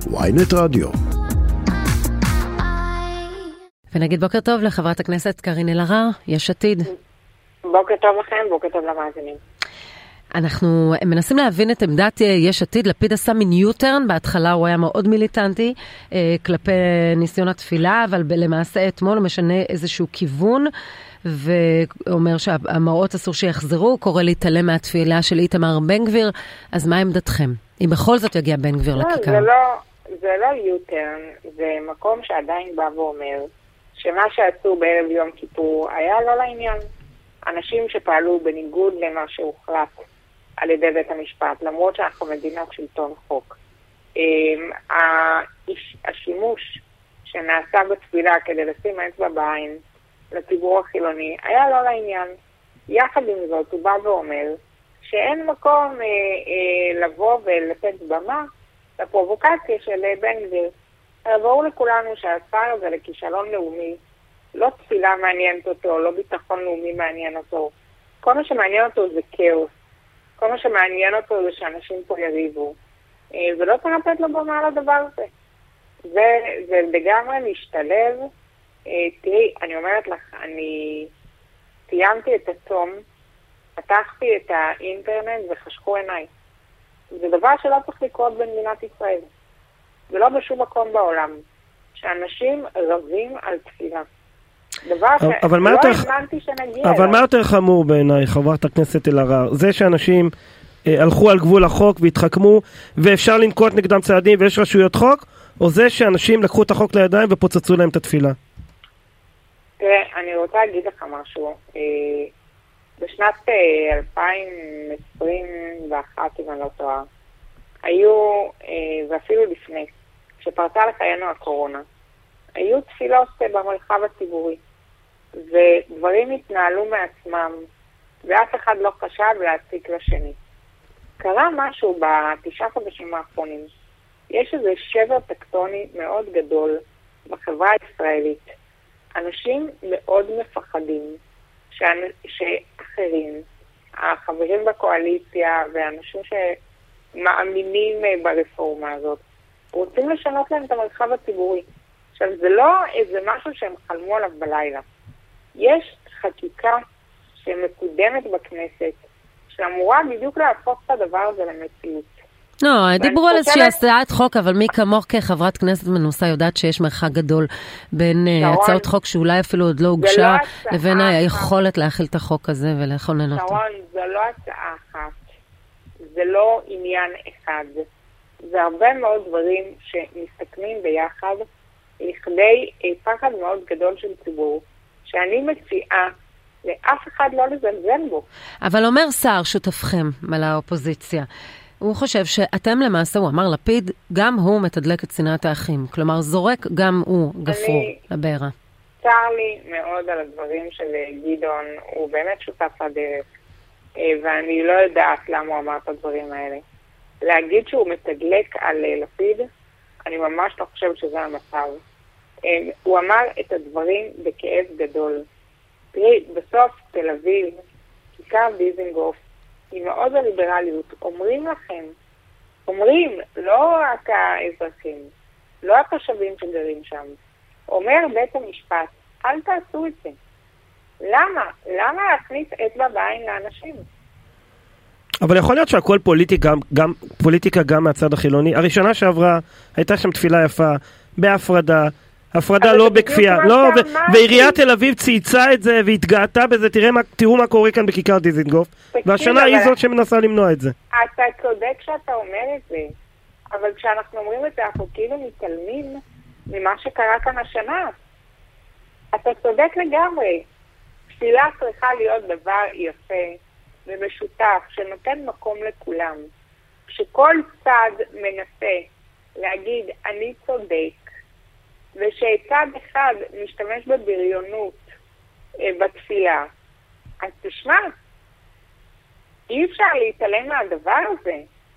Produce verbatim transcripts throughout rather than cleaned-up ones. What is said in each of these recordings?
וויינט רדיו. ונגיד בוקר טוב לחברת הכנסת קארין אלהרר, יש עתיד. בוקר טוב לכם, בוקר טוב למאזינים. אנחנו מנסים להבין את עמדת יש עתיד. לפיד עשה מין יוטרן, בהתחלה הוא היה מאוד מיליטנטי אה, כלפי ניסיון התפילה, אבל למעשה אתמול הוא משנה איזשהו כיוון, ואומר שהמראות אסור שיחזרו, קורא להתעלם מהתפילה של איתמר בן גביר. אז מה עמדתכם? אם בכל זאת יגיע בן גביר לא, לכיכר. זה לא, זה לא יוטרן, זה מקום שעדיין בא ואומר שמה שעשו בערב יום כיפור היה לא לעניין. אנשים שפעלו בניגוד למה שהוחלט על ידי בית המשפט, למרות שאנחנו מדינת שלטון חוק. השימוש שנעשה בתפילה כדי לשים אצבע בעין לציבור החילוני היה לא לעניין. יחד עם זאת הוא בא ואומר שאין מקום אה, אה, לבוא ולתת במה לפרובוקציה של בן גביר. ברור לכולנו שהשר הזה לכישלון לאומי, לא תפילה מעניינת אותו, לא ביטחון לאומי מעניין אותו. כל מה שמעניין אותו זה כאוס. כל מה שמעניין אותו זה שאנשים פה יריבו. ולא צריך לתת לו במה לדבר הזה. זה, זה לגמרי להשתלב. תראי, אני אומרת לך, אני סיימתי את הצום, פתחתי את האינטרנט וחשכו עיניי. זה דבר שלא צריך לקרות במדינת ישראל. ולא בשום מקום בעולם. שאנשים רבים על תפילה. דבר שלא הזמנתי שנגיע. אבל מה יותר חמור בעיניי, חברת הכנסת אלהרר? זה שאנשים אה, הלכו על גבול החוק והתחכמו, ואפשר לנקוט נגדם צעדים ויש רשויות חוק, או זה שאנשים לקחו את החוק לידיים ופוצצו להם את התפילה? תראה, אני רוצה להגיד לך משהו. אה, בשנת אה, אלפיים עשרים ואחת, אם אני לא טועה, היו, אה, ואפילו לפני, כשפרצה לחיינו הקורונה, היו תפילות במרחב הציבורי, ודברים התנהלו מעצמם, ואף אחד לא חשב להציק לשני. קרה משהו בתשעה חודשים האחרונים. יש איזה שבר טקטוני מאוד גדול בחברה הישראלית. אנשים מאוד מפחדים שאחרים, החברים בקואליציה ואנשים שמאמינים ברפורמה הזאת, רוצים לשנות להם את המרחב הציבורי. עכשיו, זה לא איזה משהו שהם חלמו עליו בלילה. יש חקיקה שמקודמת בכנסת, שאמורה בדיוק להפוך את הדבר הזה למציאות. לא, דיברו על איזושהי הצעת חוק, אבל מי כמוך כחברת כנסת מנוסה יודעת שיש מרחק גדול בין הצעות חוק שאולי אפילו עוד לא הוגשה, לבין היכולת להכיל את החוק הזה ולכונן אותו. שרון, זה לא הצעה אחת. זה לא עניין אחד. זה הרבה מאוד דברים שמסתכמים ביחד, לכדי פחד מאוד גדול של ציבור, שאני מציעה לאף אחד לא לזלזל בו. אבל אומר שר שותפכם על האופוזיציה, הוא חושב שאתם למעשה, הוא אמר לפיד, גם הוא מתדלק את שנאת האחים. כלומר, זורק גם הוא גפרור לבעירה. צר לי מאוד על הדברים של גדעון, הוא באמת שותף לדרך, ואני לא יודעת למה הוא אמר את הדברים האלה. להגיד שהוא מתדלק על לפיד, אני ממש לא חושבת שזה המצב. הוא אמר את הדברים בכאב גדול. תראי, בסוף תל אביב, כיכר דיזנגוף, עם מאוד הליברליות, אומרים לכם, אומרים, לא רק האזרחים, לא התושבים שגרים שם, אומר בית המשפט, אל תעשו את זה. למה? למה להכניס אצבע בעין לאנשים? אבל יכול להיות שהכל פוליטיקה, גם, פוליטיקה גם מהצד החילוני. הראשונה שעברה, הייתה שם תפילה יפה, בהפרדה, הפרדה לא בכפייה, לא, ועיריית תל אביב צייצה את זה והתגעתה בזה. תראו מה, תראו מה קורה כאן בכיכר דיזנגוף, והשנה היא זאת שמנסה למנוע את זה. אתה צודק שאתה אומר את זה, אבל כשאנחנו אומרים את זה, אנחנו כאילו מתעלמים ממה שקרה כאן השנה. אתה צודק לגמרי. תפילה צריכה להיות דבר יפה ומשותף, שנותן מקום לכולם. כשכל צד מנסה להגיד אני צודק, ושצד אחד משתמש בבריונות אה, בתפילה, אז תשמע, אי אפשר להתעלם מהדבר הזה.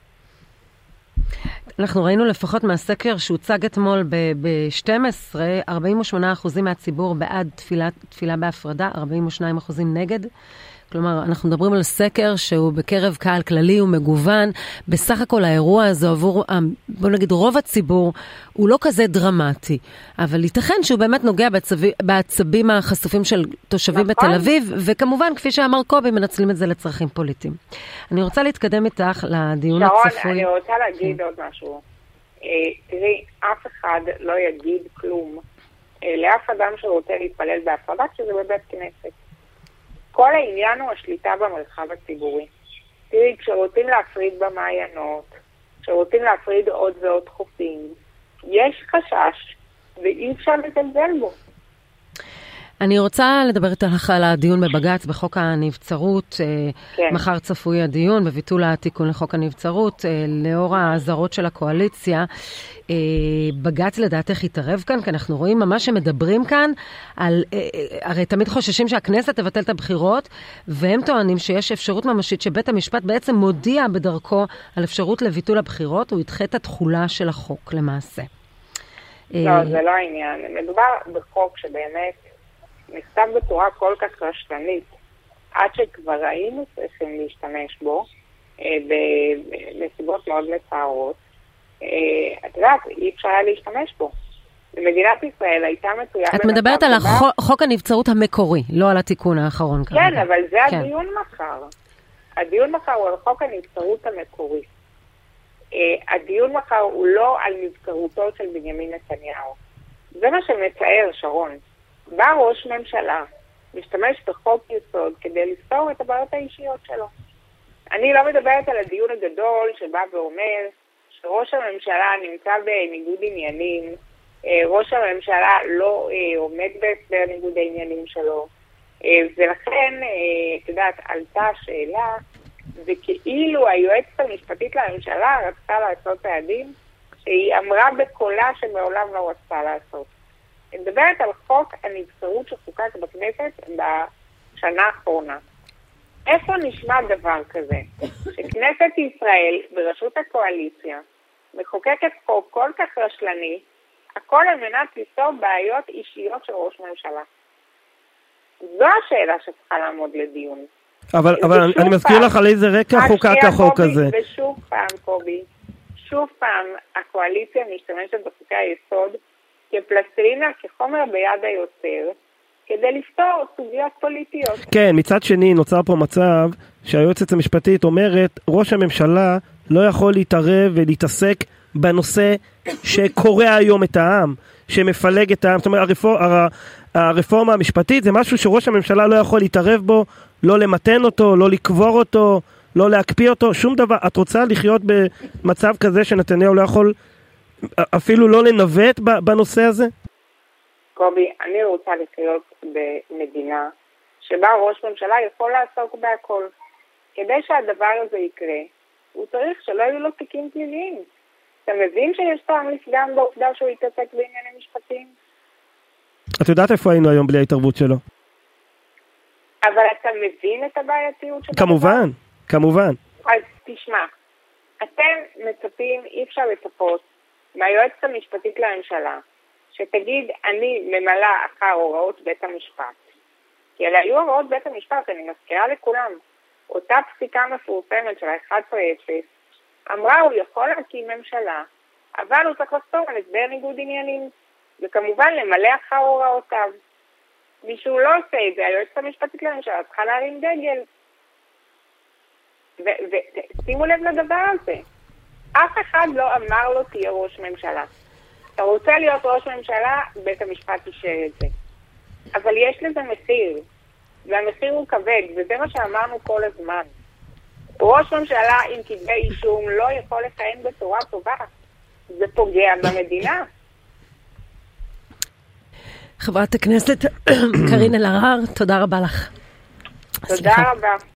אנחנו ראינו לפחות מהסקר שהוצג אתמול ב-שתים עשרה, ארבעים ושמונה אחוז מהציבור בעד תפילה, תפילה בהפרדה, ארבעים ושניים אחוז נגד. כלומר, אנחנו מדברים על סקר שהוא בקרב קהל כללי ומגוון. בסך הכל האירוע הזה עבור, בוא נגיד, רוב הציבור, הוא לא כזה דרמטי. אבל ייתכן שהוא באמת נוגע בעצבים, בעצבים החשופים של תושבים נכון. בתל אביב, וכמובן, כפי שאמר קובי, מנצלים את זה לצרכים פוליטיים. אני רוצה להתקדם איתך לדיון שרון, הצפוי. שרון, אני רוצה להגיד כן. עוד משהו. אה, תראי, אף אחד לא יגיד כלום. אה, לאף אדם שרוצה להתפלל בהפרדה, שזה בבית כנסת. כל העניין הוא השליטה במרחב הציבורי. תראי, כשרוצים להפריד במעיינות, כשרוצים להפריד עוד ועוד חופים, יש חשש ואי אפשר לזלזל בו. אני רוצה לדבר איתך על הדיון בבג"ץ בחוק הנבצרות. כן. מחר צפוי הדיון בביטול התיקון לחוק הנבצרות. לאור ההזרות של הקואליציה, בג"ץ לדעתך יתערב כאן? כי אנחנו רואים ממש שמדברים כאן על, הרי תמיד חוששים שהכנסת תבטל את הבחירות, והם טוענים שיש אפשרות ממשית שבית המשפט בעצם מודיע בדרכו על אפשרות לביטול הבחירות, הוא ידחה את התחולה של החוק למעשה. לא, זה לא העניין. מדובר בחוק שבאמת נכתב בצורה כל כך רשלנית, עד שכבר היינו צריכים להשתמש בו, בנסיבות מאוד מצערות. את יודעת, אי אפשר היה להשתמש בו. במדינת ישראל הייתה מצויה... את מדברת על חוק הנבצרות המקורי, לא על התיקון האחרון כרגע. כן, אבל זה הדיון מחר. הדיון מחר הוא על חוק הנבצרות המקורי. הדיון מחר הוא לא על נבצרותו של בנימין נתניהו. זה מה שמצער, שרון. בא ראש ממשלה, משתמש בחוק יסוד כדי לפתור את הבעיות האישיות שלו. אני לא מדברת על הדיון הגדול שבא ואומר שראש הממשלה נמצא בניגוד עניינים, ראש הממשלה לא עומד בהסבר ניגוד העניינים שלו, ולכן, את יודעת, עלתה השאלה, וכאילו היועצת המשפטית לממשלה רצתה לעשות צעדים, שהיא אמרה בקולה שמעולם לא רצתה לעשות. אני מדברת על חוק הנבצרות שחוקק בכנסת בשנה האחרונה. איפה נשמע דבר כזה? שכנסת ישראל, בראשות הקואליציה, מחוקקת חוק כל כך רשלני, הכל על מנת לפתור בעיות אישיות של ראש ממשלה. זו השאלה שצריכה לעמוד לדיון. אבל, אבל אני מזכיר לך על איזה רקע חוקק החוק הזה. ושוב פעם, קובי, שוב פעם הקואליציה משתמשת בחוקי היסוד כפלסטלינה, כחומר ביד היוצר, כדי לפתור סוגיות פוליטיות. כן, מצד שני נוצר פה מצב שהיועצת המשפטית אומרת, ראש הממשלה לא יכול להתערב ולהתעסק בנושא שקורא היום את העם, שמפלג את העם. זאת אומרת, הרפור, הרפורמה המשפטית זה משהו שראש הממשלה לא יכול להתערב בו, לא למתן אותו, לא לקבור אותו, לא להקפיא אותו, שום דבר. את רוצה לחיות במצב כזה שנתניהו לא יכול אפילו לא לנווט בנושא הזה? קובי, אני רוצה לחיות במדינה שבה ראש ממשלה יכול לעסוק בהכל. כדי שהדבר הזה יקרה, הוא צריך שלא יהיו לו תיקים פליליים. אתה מבין שיש טעם לפגם בעובדה שהוא יתעסק בעניינים משפטיים? את יודעת איפה היינו היום בלי ההתערבות שלו? אבל אתה מבין את הבעייתיות שלו? כמובן, כמובן. אז תשמע, אתם מצפים, אי אפשר לצפות, מהיועצת המשפטית לממשלה, שתגיד, אני ממלא אחר הוראות בית המשפט. כי אלה היו הוראות בית המשפט, אני מזכירה לכולם. אותה פסיקה מפורסמת של ה-אחד עשר אפס, אמרה, הוא יכול להקים ממשלה, אבל הוא צריך לחתום על הסדר ניגוד עניינים, וכמובן למלא אחר הוראותיו. מישהו לא עושה את זה, היועצת המשפטית לממשלה צריכה להרים דגל. ושימו לב לדבר הזה. אף אחד לא אמר לו תהיה ראש ממשלה. אתה רוצה להיות ראש ממשלה, בית המשפט יישאר את זה. אבל יש לזה מחיר, והמחיר הוא כבד, וזה מה שאמרנו כל הזמן. ראש ממשלה עם כתבי אישום לא יכול לכהן בצורה טובה. זה פוגע במדינה. חברת הכנסת קארין אלהרר, תודה רבה לך. תודה רבה.